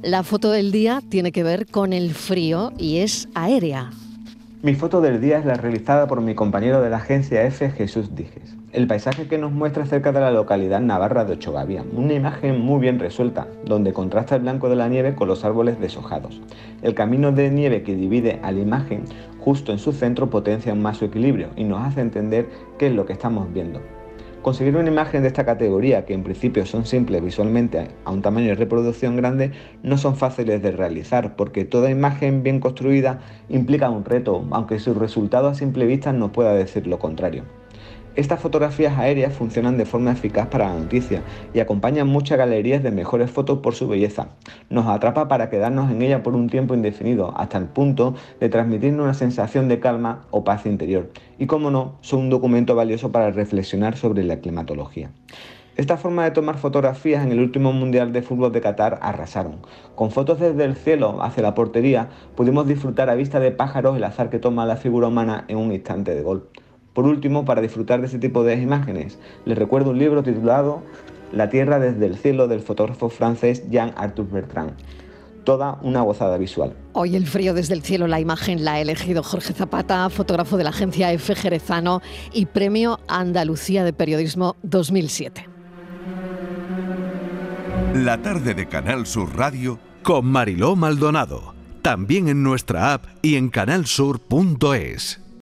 La foto del día tiene que ver con el frío y es aérea. Mi foto del día es la realizada por mi compañero de la agencia EFE, Jesús Dijes. El paisaje que nos muestra cerca de la localidad navarra de Ochogavía, una imagen muy bien resuelta, donde contrasta el blanco de la nieve con los árboles deshojados. El camino de nieve que divide a la imagen, justo en su centro, potencia aún más su equilibrio y nos hace entender qué es lo que estamos viendo. Conseguir una imagen de esta categoría, que en principio son simples visualmente a un tamaño de reproducción grande, no son fáciles de realizar, porque toda imagen bien construida implica un reto, aunque su resultado a simple vista nos pueda decir lo contrario. Estas fotografías aéreas funcionan de forma eficaz para la noticia y acompañan muchas galerías de mejores fotos por su belleza. Nos atrapa para quedarnos en ella por un tiempo indefinido, hasta el punto de transmitirnos una sensación de calma o paz interior. Y como no, son un documento valioso para reflexionar sobre la climatología. Esta forma de tomar fotografías en el último Mundial de Fútbol de Qatar arrasaron. Con fotos desde el cielo hacia la portería pudimos disfrutar a vista de pájaros el azar que toma la figura humana en un instante de gol. Por último, para disfrutar de este tipo de imágenes, les recuerdo un libro titulado La Tierra desde el cielo del fotógrafo francés Jean-Arthur Bertrand. Toda una gozada visual. Hoy el frío desde el cielo, la imagen la ha elegido Jorge Zapata, fotógrafo de la agencia EFE Jerezano y Premio Andalucía de Periodismo 2007. La tarde de Canal Sur Radio con Mariló Maldonado. También en nuestra app y en canalsur.es.